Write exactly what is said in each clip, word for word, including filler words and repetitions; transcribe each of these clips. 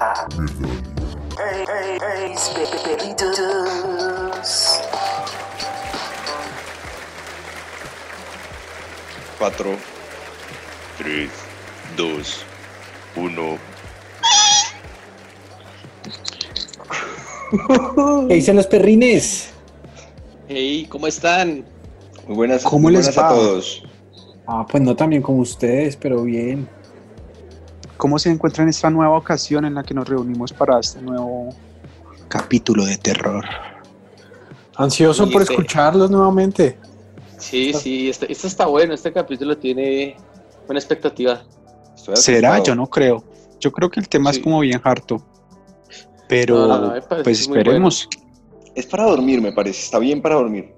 Hey, hey, hey, perritos. Cuatro, tres, dos, uno. ¿Qué dicen los perrines? Hey, ¿cómo están? Muy buenas, ¿Cómo muy les buenas a va? todos. Ah, pues no tan bien como ustedes, pero bien. ¿Cómo se encuentra en esta nueva ocasión en la que nos reunimos para este nuevo capítulo de terror? Ansioso Y por este- escucharlos nuevamente. Sí, sí, este, este está bueno, este capítulo tiene buena expectativa. Estoy ¿Será? asustado. Yo no creo. Yo creo que el tema Sí. es como bien harto. Pero, No, no, no, me parece pues que es muy esperemos. Es para dormir, me parece. Está bien para dormir.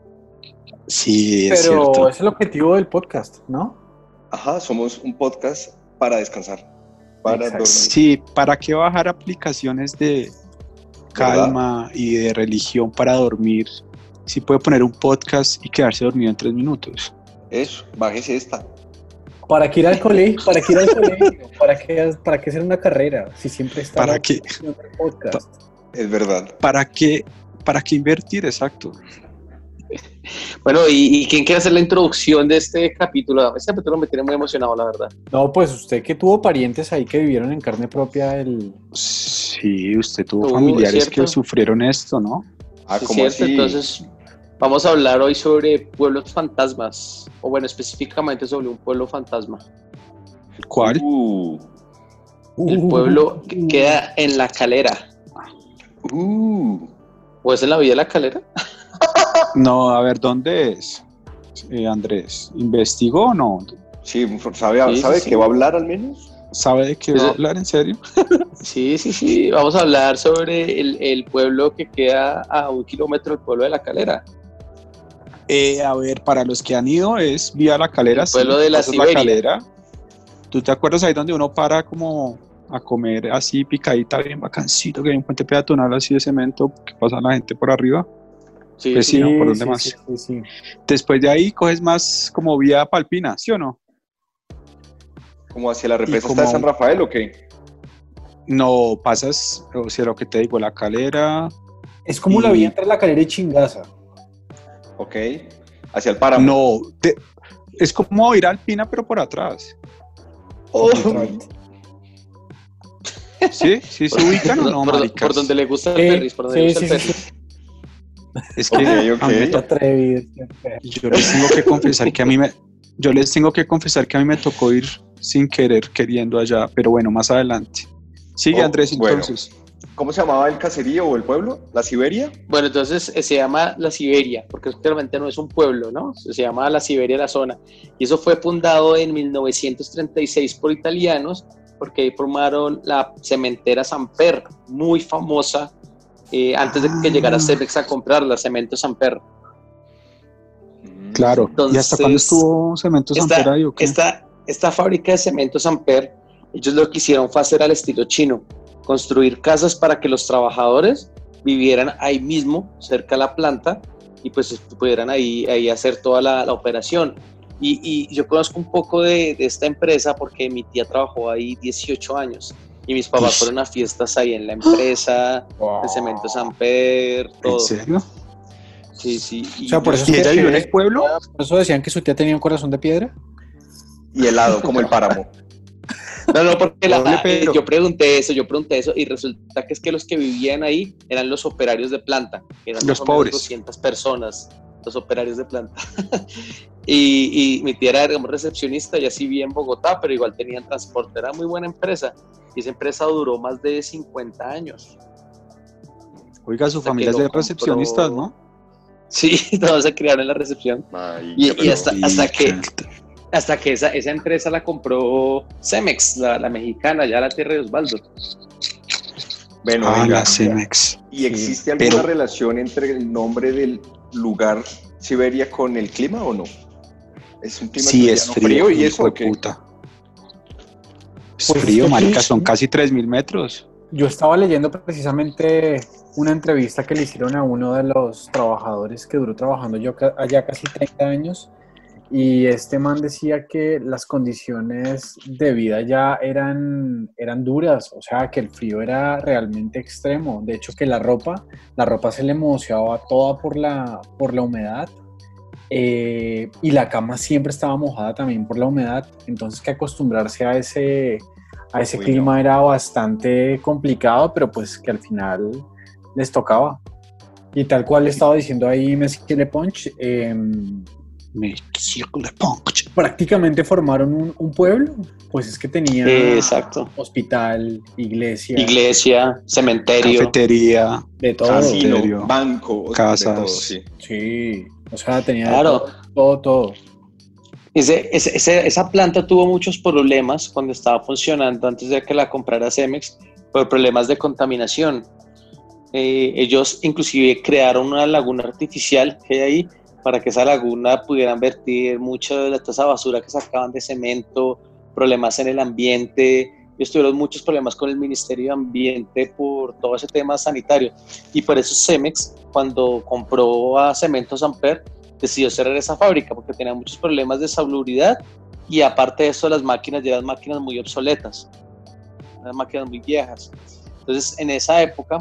Sí, es Pero cierto. es el objetivo del podcast, ¿no? Ajá, somos un podcast para descansar, para Exacto. dormir. Sí, ¿para qué bajar aplicaciones de calma y de religión para dormir? Si puede poner un podcast y quedarse dormido en tres minutos. Eso, bájese esta. ¿Para qué ir al colegio? ¿Para qué ir al colegio? ¿Para qué, para qué hacer una carrera? Si siempre está ¿Para la qué? opción del podcast. Es verdad. ¿Para qué, para qué invertir? Exacto. Bueno, ¿y, y quién quiere hacer la introducción de este capítulo? Este capítulo me tiene muy emocionado, la verdad. No, pues usted que tuvo parientes ahí que vivieron en carne propia el... Sí, usted tuvo Uh, familiares ¿cierto? que sufrieron esto, ¿no? Ah, Sí, ¿cómo cierto, así? entonces vamos a hablar hoy sobre pueblos fantasmas, o bueno, específicamente sobre un pueblo fantasma. ¿Cuál? Uh, El pueblo que queda en La Calera. uh. ¿O es en la Villa de La Calera? No, a ver, ¿dónde es? Eh, Andrés, ¿investigó o no? Sí, ¿sabe, Sí, ¿sabe sí, sí. qué va a hablar al menos? ¿Sabe de qué Pues, va a hablar en serio? Sí, sí, sí. Vamos a hablar sobre el, el pueblo que queda a un kilómetro del pueblo de La Calera. Eh, a ver, para los que han ido es vía La Calera. El pueblo de la pasas Siberia. Calera. ¿Tú te acuerdas ahí donde uno para como a comer así picadita, bien bacancito, que hay un puente peatonal así de cemento que pasa la gente por arriba? Sí, Pues sí. sí, ¿no? ¿Por dónde sí, más? sí, sí, sí. Después de ahí coges más como vía Palpina, ¿sí o no? ¿Como hacia la represa como- está de San Rafael o qué? No, pasas, o sea, lo que te digo, La Calera. Es como Y- la vía entre La Calera y Chingaza. Ok. Hacia el páramo. No, te- es como ir a Alpina, pero por atrás. Oh. ¿Sí? ¿Sí se ubican o no, por, maricas? por donde le gusta el Sí, perris, por donde le sí, gusta el sí, perris. Es que Ok, ok. a mí me Qué to- atrevido. este perro. yo les tengo que confesar que a mí me yo les tengo que confesar que a mí me tocó ir sin querer queriendo allá, pero bueno, más adelante. Sigue Oh, Andrés bueno. entonces. ¿Cómo se llamaba el caserío o el pueblo? ¿La Siberia? Bueno, entonces eh, se llama La Siberia, porque realmente no es un pueblo, ¿no? Se se llama La Siberia la zona. Y eso fue fundado en mil novecientos treinta y seis por italianos, porque ahí formaron la cementera Samper, muy famosa, eh, antes de que Ah. llegara Cemex a comprarla, Cemento Samper. Claro. ¿Y hasta cuándo Entonces, estuvo Cemento Esta, Sampera ahí o qué? esta, esta fábrica de cemento Samper, ellos lo que hicieron fue hacer al estilo chino, construir casas para que los trabajadores vivieran ahí mismo, cerca de la planta, y pues pudieran ahí, ahí hacer toda la, la operación. Y, y yo conozco un poco de, de esta empresa porque mi tía trabajó ahí dieciocho años y mis papás Ush. fueron a fiestas ahí en la empresa, de cemento Samper, ¿En todo. serio? Sí, sí. Y O sea, por yo- eso ¿Y es ella que- vivió en el pueblo? Por eso decían que su tía tenía un corazón de piedra. Y helado, como el páramo. No, no, porque la- Doble pero. eh, yo pregunté eso, yo pregunté eso y resulta que es que los que vivían ahí eran los operarios de planta, que eran Los más o menos pobres. doscientas personas, los operarios de planta. y, y mi tía era, digamos, recepcionista y así vivía en Bogotá, pero igual tenían transporte, era muy buena empresa y esa empresa duró más de cincuenta años. Oiga, su Hasta familia que es lo de compró. recepcionistas, ¿no? Sí, todos se criaron en la recepción. Marica, Y- y pero- hasta- hasta que- Marica. Hasta que esa, esa empresa la compró Cemex, la, la mexicana, ya la tierra de Osvaldo. Bueno, Ah, venga. la Cemex. ¿Y existe alguna pero- relación entre el nombre del lugar Siberia con el clima o no? ¿Es un clima Sí, es siberiano frío, y hijo eso de o qué? puta. Es Pues es frío, que aquí- marica, son casi tres mil metros. Yo estaba leyendo precisamente una entrevista que le hicieron a uno de los trabajadores que duró trabajando yo ca- allá casi treinta años y este man decía que las condiciones de vida ya eran, eran duras, o sea, que el frío era realmente extremo. De hecho, que la ropa, la ropa se le moceaba toda por la, por la humedad, eh, y la cama siempre estaba mojada también por la humedad. Entonces, que acostumbrarse a ese, a ese Uy, clima no. era bastante complicado, pero pues que al final les tocaba. Y tal cual le estaba diciendo ahí Messi Le Punch, eh, Me quisiera le punch. prácticamente formaron un, un pueblo, pues es que tenía Eh, exacto. hospital, iglesia, Iglesia, cementerio. Cafetería, de todo. Casino. Casino, banco, o sea, Casas. de todo, sí. Sí, o sea, tenía de Claro. todo, todo, todo. Ese, ese- ese- esa planta tuvo muchos problemas cuando estaba funcionando antes de que la comprara Cemex por problemas de contaminación. Eh, ellos inclusive crearon una laguna artificial que hay ahí para que esa laguna pudieran vertir mucha de la esa basura que sacaban de cemento, problemas en el ambiente. Ellos tuvieron muchos problemas con el Ministerio de Ambiente por todo ese tema sanitario. Y por eso Cemex, cuando compró a Cementos Amper, decidió cerrar esa fábrica porque tenía muchos problemas de salubridad y aparte de eso las máquinas ya eran máquinas muy obsoletas, eran máquinas muy viejas. Entonces en esa época,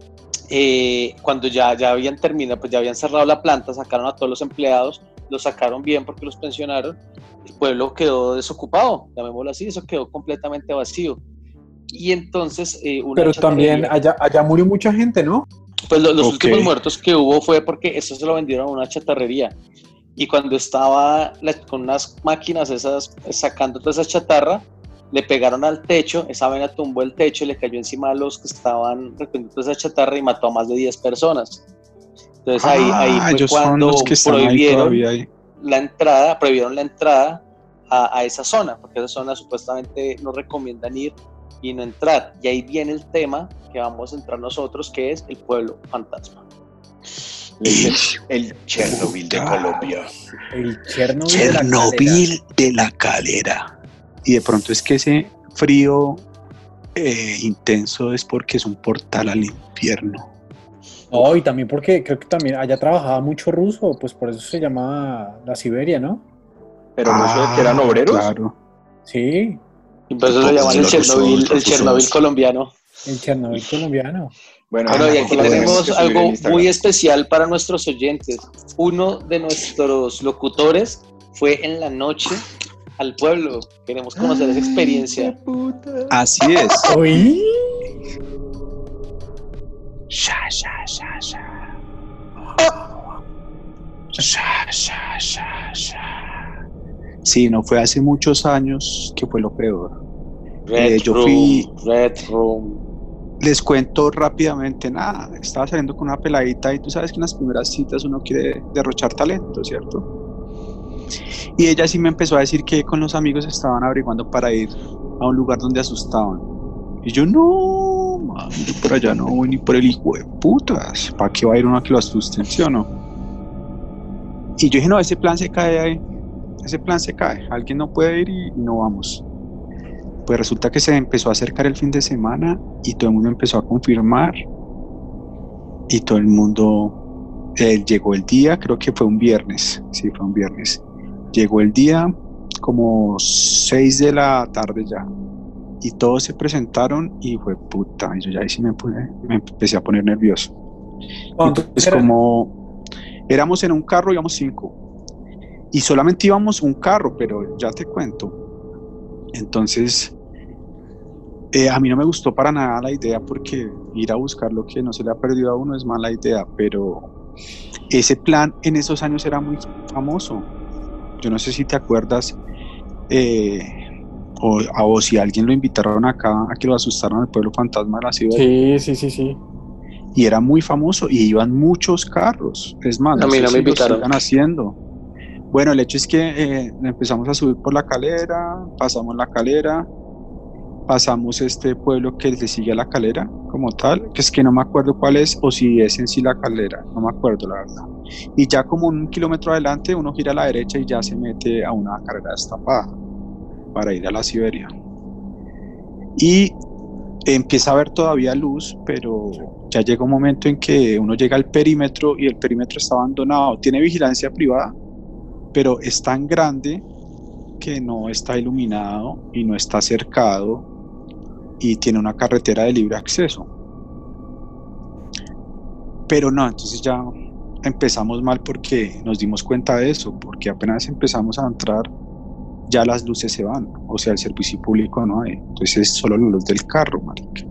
eh, cuando ya, ya habían terminado, pues ya habían cerrado la planta, sacaron a todos los empleados, los sacaron bien porque los pensionaron, el pueblo quedó desocupado, llamémoslo así, eso quedó completamente vacío. Y entonces eh, una Pero también chatarrería- allá, allá murió mucha gente, ¿no? pues lo- los Ok. últimos muertos que hubo fue porque eso se lo vendieron a una chatarrería. Y cuando estaba la- con unas máquinas esas sacando toda esa chatarra, le pegaron al techo, esa vaina tumbó el techo y le cayó encima a los que estaban recogiendo toda esa chatarra y mató a más de diez personas. Entonces ahí, ahí Ah, fue ellos son cuando los que están ahí prohibieron todavía ahí. la entrada, prohibieron la entrada a, a esa zona, porque esa zona supuestamente no recomiendan ir y no entrar. Y ahí viene el tema que vamos a entrar nosotros, que es el pueblo fantasma. Le dicen el Chernobyl de Puta. Colombia. El Chernobyl, de la Chernobyl de la Calera. Y de pronto es que ese frío eh, intenso es porque es un portal al infierno. No, y también porque creo que también allá trabajaba mucho ruso, pues por eso se llama la Siberia, ¿no? Pero no sé, Ah, que eran obreros. Claro. Sí, Y por eso lo Todos llaman el los Chernobyl, rusos, el los Chernobyl rusos. colombiano. el Chernobyl colombiano. Bueno, Bueno, Ah, y la aquí foto tenemos tenemos que subir en algo Instagram. muy especial para nuestros oyentes. Uno de nuestros locutores fue en la noche al pueblo. Queremos conocer esa experiencia. Así es. Uy, Sha, sha, sha, sha. Sha, sha, sha, sha. Sí, no fue hace muchos años que fue lo peor. Red Eh, yo Room, fui- Red Room. Les cuento rápidamente, nada, estaba saliendo con una peladita y tú sabes que en las primeras citas uno quiere derrochar talento, ¿cierto? Y ella sí me empezó a decir que con los amigos estaban averiguando para ir a un lugar donde asustaban. Y yo, no, mami, yo por allá no voy ni por el hijo de putas. ¿Para qué va a ir uno a que lo asusten, sí o no? Y yo dije, no, ese plan se cae ahí. Ese plan se cae. Alguien no puede ir y no vamos. Pues resulta que se empezó a acercar el fin de semana y todo el mundo empezó a confirmar. Y todo el mundo, eh, llegó el día, creo que fue un viernes. Sí, fue un viernes. Llegó el día como seis de la tarde ya. Y todos se presentaron y fue puta. Y yo ya ahí sí me, puse- me empecé a poner nervioso. ¿cuántos Entonces, eran? como éramos en un carro, íbamos cinco. Y solamente íbamos un carro, pero ya te cuento. Entonces, eh, a mí no me gustó para nada la idea porque ir a buscar lo que no se le ha perdido a uno es mala idea, pero ese plan en esos años era muy famoso. Yo no sé si te acuerdas, eh, o, a- o si a alguien lo invitaron acá a que lo asustaran al pueblo fantasma de la ciudad. Sí, sí, sí, sí. Y era muy famoso y iban muchos carros. Es más, A mí sé no me si lo invitaron. sigan haciendo. Bueno, el hecho es que eh, empezamos a subir por la calera, pasamos la calera, pasamos este pueblo que le sigue a la calera como tal, que es que no me acuerdo cuál es o si es en sí la calera, no me acuerdo la verdad. Y ya como un kilómetro adelante uno gira a la derecha y ya se mete a una carrera destapada para ir a la Siberia. Y empieza a haber todavía luz, pero ya llega un momento en que uno llega al perímetro y el perímetro está abandonado. Tiene vigilancia privada, pero es tan grande que no está iluminado y no está cercado y tiene una carretera de libre acceso. Pero no, entonces ya empezamos mal porque nos dimos cuenta de eso, porque apenas empezamos a entrar ya las luces se van, o sea, el servicio público no hay, entonces es solo la luz del carro, marica.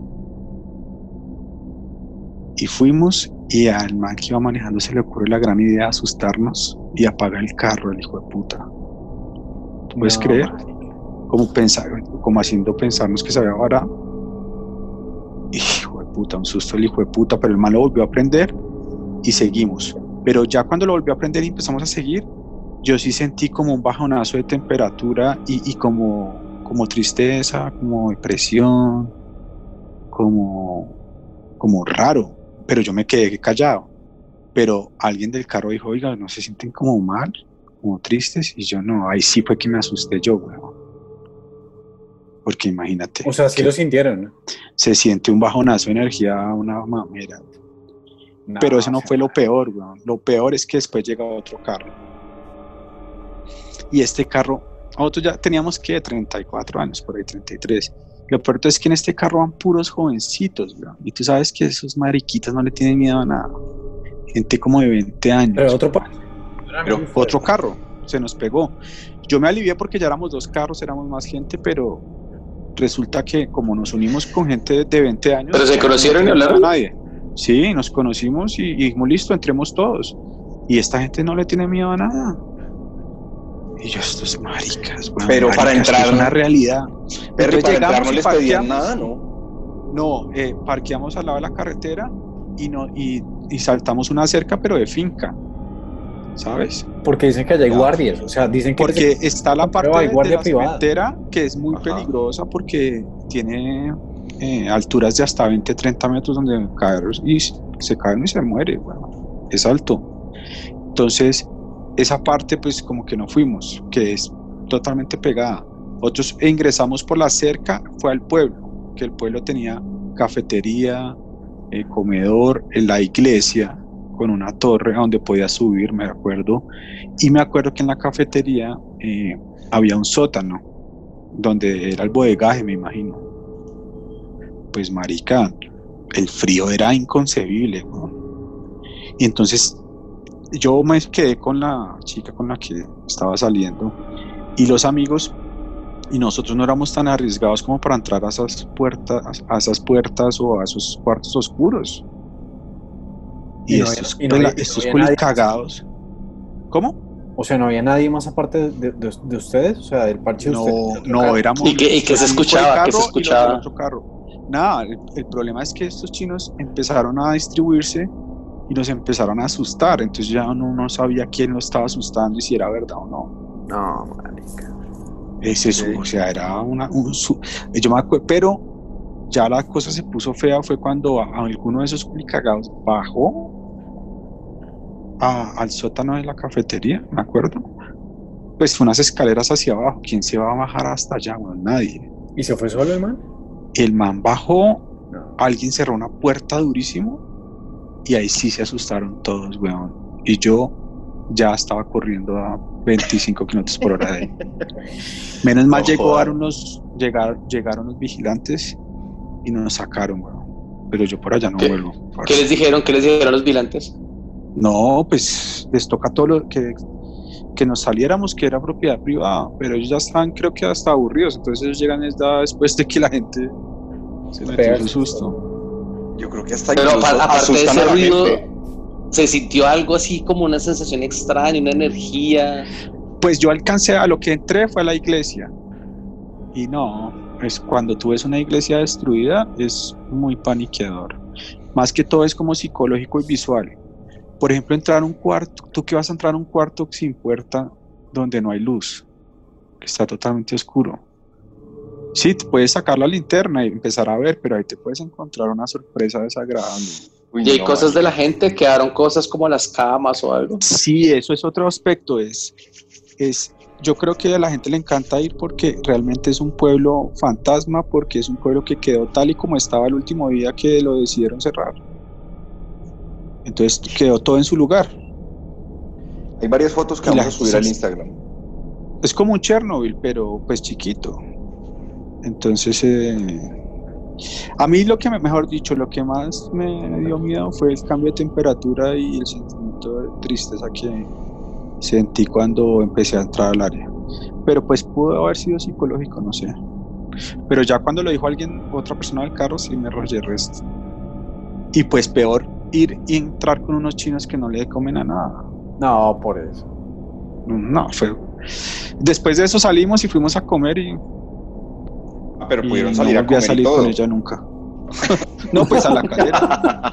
Y fuimos y al man que iba manejando se le ocurre la gran idea de asustarnos y apagar el carro, el hijo de puta. ¿Tú puedes no, creer? Marica. Como, pensar, como haciendo pensarnos que se había varado. Hijo de puta, un susto el hijo de puta, pero el man lo volvió a prender y seguimos. Pero ya cuando lo volvió a prender y empezamos a seguir, yo sí sentí como un bajonazo de temperatura y, y como, como tristeza, como depresión, como, como raro. Pero yo me quedé callado. Pero alguien del carro dijo, oiga, ¿no se sienten como mal, como tristes? Y yo no, ahí sí fue que me asusté yo, weón. Porque imagínate. O sea, sí lo sintieron, ¿no? Se siente un bajonazo de energía, una mamera. No, pero eso no fue lo peor, weón. Lo peor es que después llega otro carro. Y este carro, nosotros ya teníamos que treinta y cuatro años, por ahí treinta y tres. Lo peor es que en este carro van puros jovencitos, weón. Y tú sabes que esos mariquitas no le tienen miedo a nada. Gente como de veinte años. Pero otro, pa- pero otro carro se nos pegó. Yo me alivié porque ya éramos dos carros, éramos más gente, pero resulta que como nos unimos con gente de veinte años. ¿Pero se conocieron y hablaron? Nadie. Sí, nos conocimos y, y dijimos, listo, entremos todos. Y esta gente no le tiene miedo a nada. Y yo, estos maricas, bueno, pero maricas, para entrar es una realidad. Pero para entrar no les pedían nada, ¿no? No, eh, parqueamos al lado de la carretera y, no, y, y saltamos una cerca, pero de finca, ¿sabes? Porque dicen que allá hay guardias, o sea, dicen que... Porque se... está la parte de, de la privada. cementera que es muy Ajá. peligrosa porque tiene eh, alturas de hasta veinte, treinta metros donde caer y se cae y se muere, bueno, es alto. Entonces... esa parte pues como que no fuimos, que es totalmente pegada. Otros ingresamos por la cerca, fue al pueblo, que el pueblo tenía cafetería, eh, comedor, en la iglesia, con una torre donde podía subir, me acuerdo. Y me acuerdo que en la cafetería eh, había un sótano, donde era el bodegaje, me imagino. Pues marica, el frío era inconcebible, ¿no? Y entonces yo me quedé con la chica con la que estaba saliendo y los amigos, y nosotros no éramos tan arriesgados como para entrar a esas puertas, a esas puertas o a esos cuartos oscuros. Y, y no estos, había, y no había, estos no culis cagados. ¿Cómo? O sea, ¿no había nadie más aparte de, de, de ustedes? O sea, del parche no, de ustedes. No, éramos... ¿Y qué, y qué se escuchaba? ¿Qué se escuchaba? Otro carro. Nada, el, el problema es que estos chinos empezaron a distribuirse y nos empezaron a asustar, entonces ya uno no sabía quién lo estaba asustando y si era verdad o no. No, marica. Es eso, sí. O sea, era una... Un, yo me acuerdo, pero ya la cosa se puso fea fue cuando a, a alguno de esos culicagados bajó a, al sótano de la cafetería, me acuerdo. Pues fue unas escaleras hacia abajo, ¿quién se va a bajar hasta allá? Bueno, nadie. ¿Y se fue solo el man? El man bajó, no. Alguien cerró una puerta durísimo. Y ahí sí se asustaron todos, weón. Y yo ya estaba corriendo a veinticinco kilómetros por hora de ahí. Menos mal no, llegó a unos, llegar, llegaron los vigilantes y nos sacaron, weón. Pero yo por allá no ¿Qué, vuelvo. ¿Qué les dijeron? ¿Qué les dijeron a los vigilantes? No, pues les toca todo lo que, que nos saliéramos, que era propiedad privada. Pero ellos ya están, creo que hasta aburridos. Entonces ellos llegan después de que la gente se metió su susto. Yo creo que hasta pero aparte de ese ruido se sintió algo así como una sensación extraña, una energía. Pues yo alcancé, a lo que entré fue a la iglesia y no, es cuando tú ves una iglesia destruida es muy paniqueador, más que todo es como psicológico y visual. Por ejemplo, entrar a un cuarto, tú que vas a entrar a un cuarto sin puerta donde no hay luz, que está totalmente oscuro. Sí, te puedes sacar la linterna y empezar a ver, pero ahí te puedes encontrar una sorpresa desagradable. Uy, y hay no, cosas de la gente, quedaron cosas como las camas o algo. Sí, eso es otro aspecto. Es, es, yo creo que a la gente le encanta ir porque realmente es un pueblo fantasma, porque es un pueblo que quedó tal y como estaba el último día que lo decidieron cerrar. Entonces quedó todo en su lugar. Hay varias fotos que Y vamos la a subir gente al se- Instagram. Es como un Chernobyl, pero pues chiquito. Entonces, eh, a mí lo que, me- mejor dicho, lo que más me dio miedo fue el cambio de temperatura y el sentimiento de tristeza que sentí cuando empecé a entrar al área. Pero pues pudo haber sido psicológico, no sé. Pero ya cuando lo dijo alguien, otra persona del carro, sí me rollé el resto. Y pues peor ir y entrar con unos chinos que no le comen a nada. No, por eso. No, fue... Después de eso salimos y fuimos a comer y, Ah, pero y pudieron no salir a volví a comer y salir todo. con ella nunca. No, pues a la calera.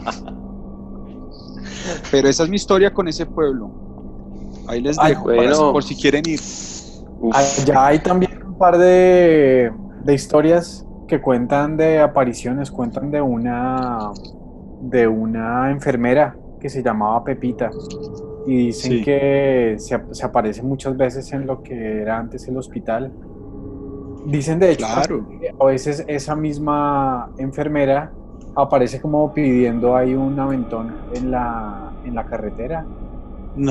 Pero esa es mi historia con ese pueblo. Ahí les Ay, dejo, para- bueno. por si quieren ir. Uf, Allá hay también un par de, de historias que cuentan de apariciones, cuentan de una, de una enfermera que se llamaba Pepita y dicen Sí. que se, ap- se aparece muchas veces en lo que era antes el hospital. Dicen de hecho Claro. que a veces esa misma enfermera aparece como pidiendo ahí un aventón en la, en la carretera. No.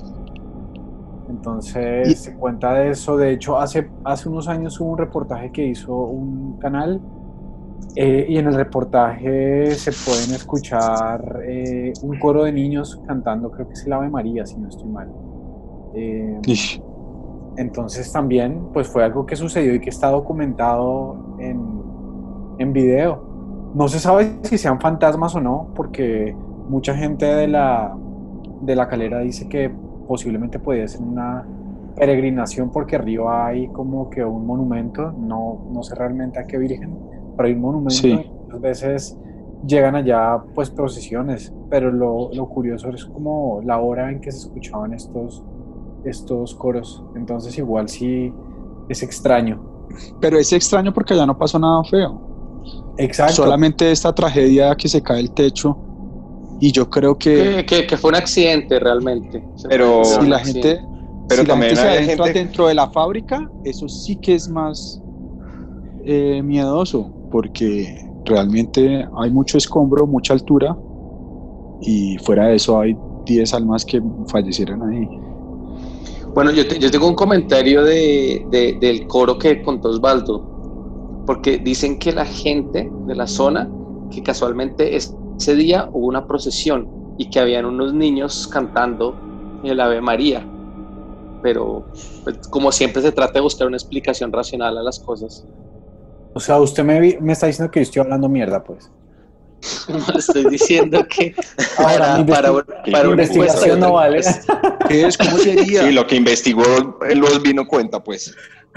Entonces Y- se cuenta de eso. De hecho, hace, hace unos años hubo un reportaje que hizo un canal eh, y en el reportaje se pueden escuchar eh, un coro de niños cantando, creo que es el Ave María, si no estoy mal. Eh, Ish. entonces también pues fue algo que sucedió y que está documentado en, en video. No se sabe si sean fantasmas o no, porque mucha gente de la, de la Calera dice que posiblemente podía ser una peregrinación porque arriba hay como que un monumento, no, no sé realmente a qué virgen, pero hay un monumento Sí. y muchas veces llegan allá pues procesiones, pero lo, lo curioso es como la hora en que se escuchaban estos, estos coros, entonces igual sí es extraño. Pero es extraño porque allá no pasó nada feo. Exacto. Solamente esta tragedia que se cae el techo. Y yo creo que Que, que, que fue un accidente realmente. Se Pero- fue si un la accidente. gente, Pero si la también gente se hay adentra gente- dentro de la fábrica, eso sí que es más eh, miedoso, porque realmente hay mucho escombro, mucha altura, y fuera de eso hay diez almas que fallecieron ahí. Bueno, yo, te- yo tengo un comentario de, de- del coro que contó Osvaldo, porque dicen que la gente de la zona, que casualmente es- ese día hubo una procesión y que habían unos niños cantando el Ave María, pero pues, como siempre se trata de buscar una explicación racional a las cosas. O sea, usted me, vi- me está diciendo que yo estoy hablando mierda, pues. No le estoy diciendo que Ahora, para, mi para, investi- para mi una investigación encuesta- no vale. ¿Qué es? ¿Cómo sería? sí, lo que investigó los vino cuenta, pues.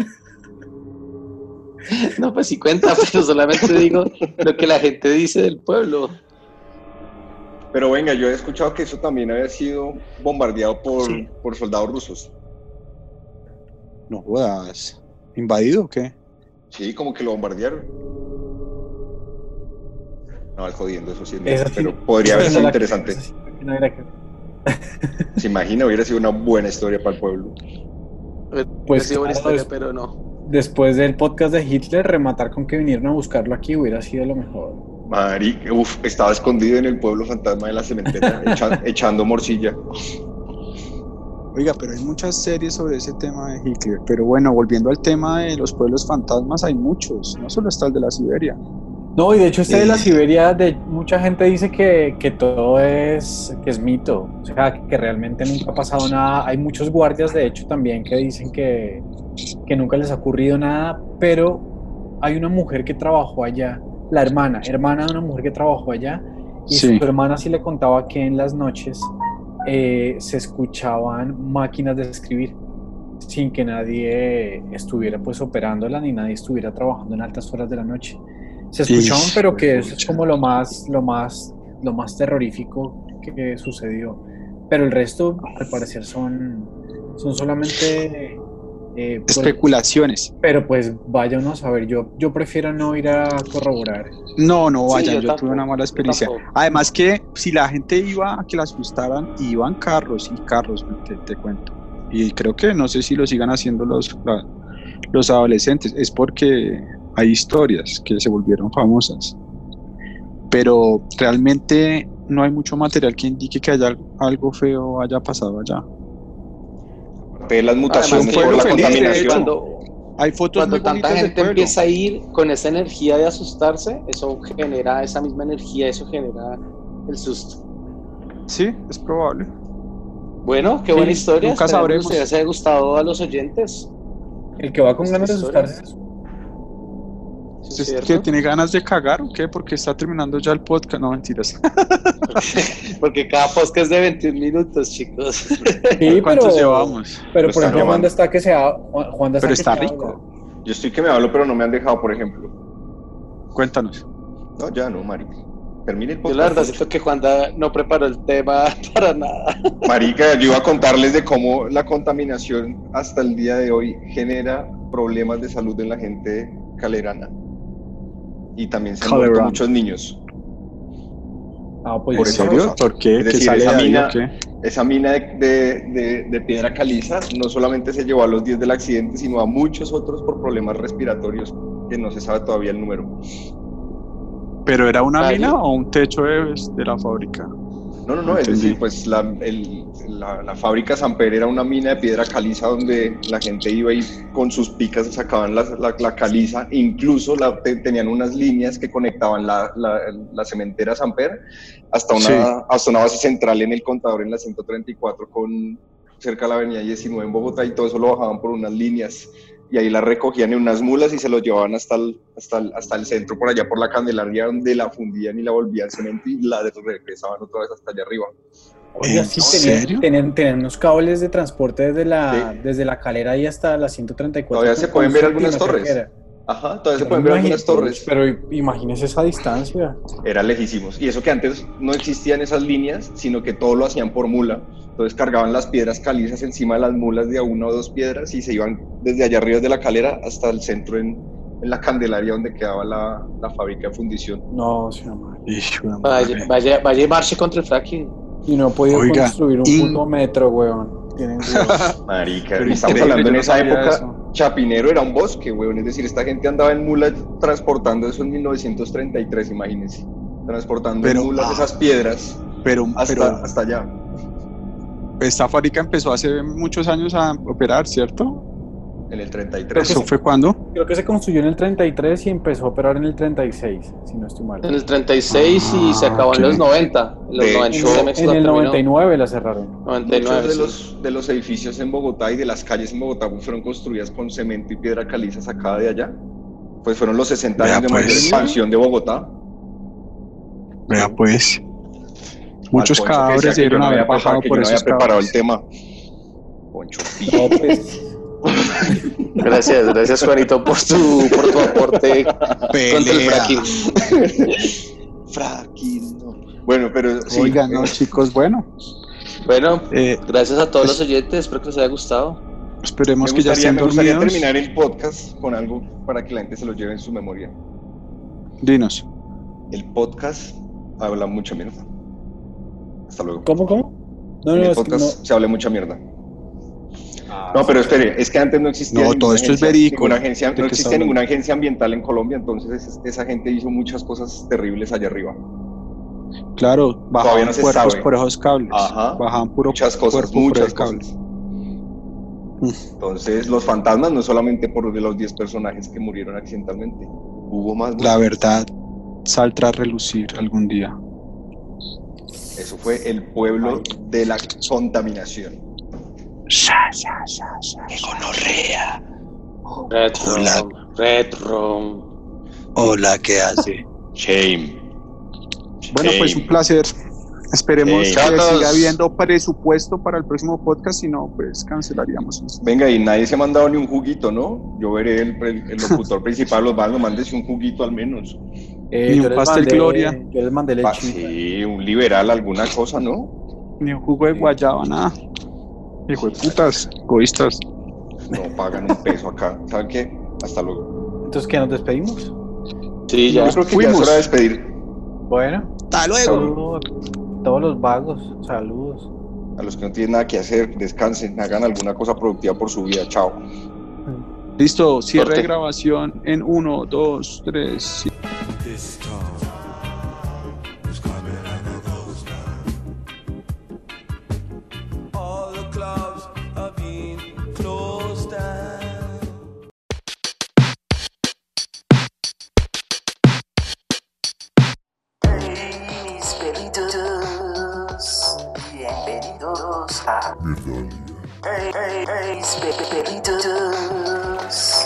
No, pues sí cuenta, pero solamente digo lo que la gente dice del pueblo. Pero venga, yo he escuchado que eso también había sido bombardeado por, Sí. por soldados rusos. No jodas. ¿Invadido o qué? Sí, como que lo bombardearon. No, al jodiendo, eso sí es Esa mierda, sí- pero podría haber esa sido no la- interesante. esa sí no era que- Se imagina, hubiera sido una buena historia para el pueblo. Pues Ha sido buena claro, historia, es- pero no. Después del podcast de Hitler, rematar con que vinieron a buscarlo aquí hubiera sido lo mejor. Marica, uf, estaba escondido en el pueblo fantasma de la cementera, echa- echando morcilla. Oiga, pero hay muchas series sobre ese tema de Hitler. Pero bueno, volviendo al tema de los pueblos fantasmas, hay muchos. No solo está el de la Siberia. No, y de hecho este de la Eh. Siberia, de, mucha gente dice que, que todo es, que es mito, o sea, que realmente nunca ha pasado nada. Hay muchos guardias, de hecho, también que dicen que, que nunca les ha ocurrido nada, pero hay una mujer que trabajó allá, la hermana, hermana de una mujer que trabajó allá, y Sí. su hermana sí le contaba que en las noches eh, se escuchaban máquinas de escribir sin que nadie estuviera pues operándola ni nadie estuviera trabajando en altas horas de la noche. Se escuchaban, Ish, pero que eso es pucha. como lo más, lo más, lo más terrorífico que sucedió. Pero el resto, al parecer, son, son solamente eh, pues, Especulaciones. pero pues vaya uno a saber. Yo, yo prefiero no ir a corroborar. No, no Sí, vayan, yo yo, tampoco, tuve una mala yo experiencia. tampoco. Además que si la gente iba a que la asustaran, iban carros y carros, te, te cuento. Y creo que no sé si lo sigan haciendo los, la- los adolescentes, es porque hay historias que se volvieron famosas. Pero realmente no hay mucho material que indique que haya algo feo haya pasado allá. aparte de las mutaciones fue por la feliz, contaminación. Cuando, Hay fotos cuando muy tanta bonitas del gente pueblo. empieza a ir con esa energía de asustarse, eso genera esa misma energía, eso genera el susto. Sí, es probable. Bueno, qué Sí, buena historia. nunca Esperemos sabremos. que les haya gustado a los oyentes. El que va con Esta ganas de historia. asustarse. ¿Sí, ¿Es cierto? que tiene ganas de cagar o qué? Porque está terminando ya el podcast. No, mentiras. Porque cada podcast es de veintiún minutos, chicos. Sí, ¿Cuántos pero, llevamos? pero Lo por están ejemplo, llamando. Juan está que se ha, Juan Juan está Pero que está se rico. habla. Yo estoy que me hablo, pero no me han dejado, por ejemplo. Cuéntanos. No, ya no, marica. Termine el Yo podcast. la verdad siento que Juanda no preparó el tema para nada. Marica, yo iba a contarles de cómo la contaminación hasta el día de hoy genera problemas de salud en la gente calerana. Y también se han muerto Calerana. muchos niños. Ah, pues Por ¿En esa serio? cosa. ¿Por qué? Es ¿Qué decir, sale esa de ahí mina- o qué? Esa mina de, de- de- de piedra caliza no solamente se llevó a los diez del accidente, sino a muchos otros por problemas respiratorios, que no se sabe todavía el número. ¿Pero era una Ah, mina yo- o un techo de, de la fábrica? No, no, no, es Entendí. decir, pues la, el- la, la fábrica Samper era una mina de piedra caliza donde la gente iba y con sus picas sacaban la, la, la caliza, incluso la, te- tenían unas líneas que conectaban la, la, la cementera Samper hasta una, Sí. hasta una base central en el Contador en la ciento treinta y cuatro con, cerca de la avenida diecinueve en Bogotá, y todo eso lo bajaban por unas líneas y ahí la recogían en unas mulas y se lo llevaban hasta el, hasta el, hasta el centro, por allá por la Candelaria, donde la fundían y la volvían cemento y la regresaban otra vez hasta allá arriba. Oiga, ¿En sí, serio? tenían, tenían, tenían unos cables de transporte desde la, Sí. desde la calera y hasta la ciento treinta y cuatro. Todavía se con pueden ver séptima, algunas creo que torres. era. Ajá, todavía se Pero pueden ver imagínese- algunas torres. Pero imagínese esa distancia. Eran lejísimos. Y eso que antes no existían esas líneas, sino que todo lo hacían por mula. Entonces cargaban las piedras calizas encima de las mulas de a una o dos piedras y se iban desde allá arriba de la calera hasta el centro en, en la Candelaria donde quedaba la, la fábrica de fundición. No, sí, no. Hijo de Vaya, madre. vaya, vaya y marche contra el fracking. Y no he podido Oiga, construir un in- puto metro, weón. Tienen huevos. Marica, Pero estamos increíble, hablando en yo no esa sabía época, eso. Chapinero era un bosque, weón. Es decir, esta gente andaba en mulas transportando eso en mil novecientos treinta y tres, imagínense. Transportando Pero, en mulas ah, esas piedras Pero, hasta, pero hasta allá. esta fábrica empezó hace muchos años a operar, ¿cierto? En el treinta y tres. ¿Eso fue cuándo? Creo que se construyó en el treinta y tres y empezó a operar en el treinta y seis, si no estoy mal. En el treinta y seis y se Ah, acabó ok. en los noventa. En los De noventa hecho, Cemex En lo el terminó. noventa y nueve la cerraron. noventa y nueve, Muchos de sí. los, de los edificios en Bogotá y de las calles en Bogotá fueron construidas con cemento y piedra caliza sacada de allá. Pues fueron los sesenta Vea, años de pues. mayor expansión de Bogotá. Vea pues. Muchos Alfonso, que cadáveres decía que yo debieron no haber había bajado preparado- que por yo no había esos preparado cadáveres. el tema. Poncho. No, pues, Gracias, gracias Juanito por tu, por tu aporte contra el Pelea. fracking. Fracking, no. Bueno, pero sí. Oigan, no, eh, chicos, bueno. Bueno, eh, gracias a todos pues- los oyentes, espero que les haya gustado. esperemos me que ya gustaría, estén me gustaría dormidos. terminar el podcast con algo para que la gente se lo lleve en su memoria. Dinos. El podcast habla mucha mierda. Hasta luego. ¿cómo, cómo? No, en no, el es que podcast no. se habla mucha mierda. Ah, No, pero espere, es que antes no existía No, ninguna todo esto es agencia- verídico. ninguna agencia, ¿De no qué está existía hablando? ninguna agencia ambiental en Colombia, entonces es- esa gente hizo muchas cosas terribles allá arriba. Claro, Todavía bajaban no se cuerpos sabe. por esos cables. Ajá. Bajaban puro Muchas cosas, cuerpo por muchas esos cables. cosas. Entonces, los fantasmas no solamente por de los diez personajes que murieron accidentalmente, hubo más. La verdad saldrá a relucir algún día. Eso fue el pueblo de la contaminación. Retro, Hola. retro. Hola, ¿qué hace? Shame. Bueno, pues un placer. Esperemos Hey. que Chao a todos. siga habiendo presupuesto para el próximo podcast, si no, pues cancelaríamos. Venga, y nadie se ha mandado ni un juguito, ¿no? Yo veré el, el- el locutor principal, los van, mándese un juguito al menos. Eh, Ni yo un les pastel mandé- Gloria. Yo les mandé Pa- lechita. sí, un liberal, alguna cosa, ¿no? Ni un jugo de guayaba, nada. Hijo de putas, egoístas. No pagan un peso acá. ¿Saben qué? Hasta luego. Entonces, ¿qué? ¿Nos despedimos? Sí, ya. Yo creo que ya fuimos. es hora de despedir Bueno, Hasta saludos a todos los vagos. Saludos. a los que no tienen nada que hacer. Descansen, hagan alguna cosa productiva por su vida. Chao. Listo, cierre Corte. de grabación en uno, dos, tres. This storm is coming like a ghost town. All the clubs have been Mirdalia. Hey, hey, hey, perritos.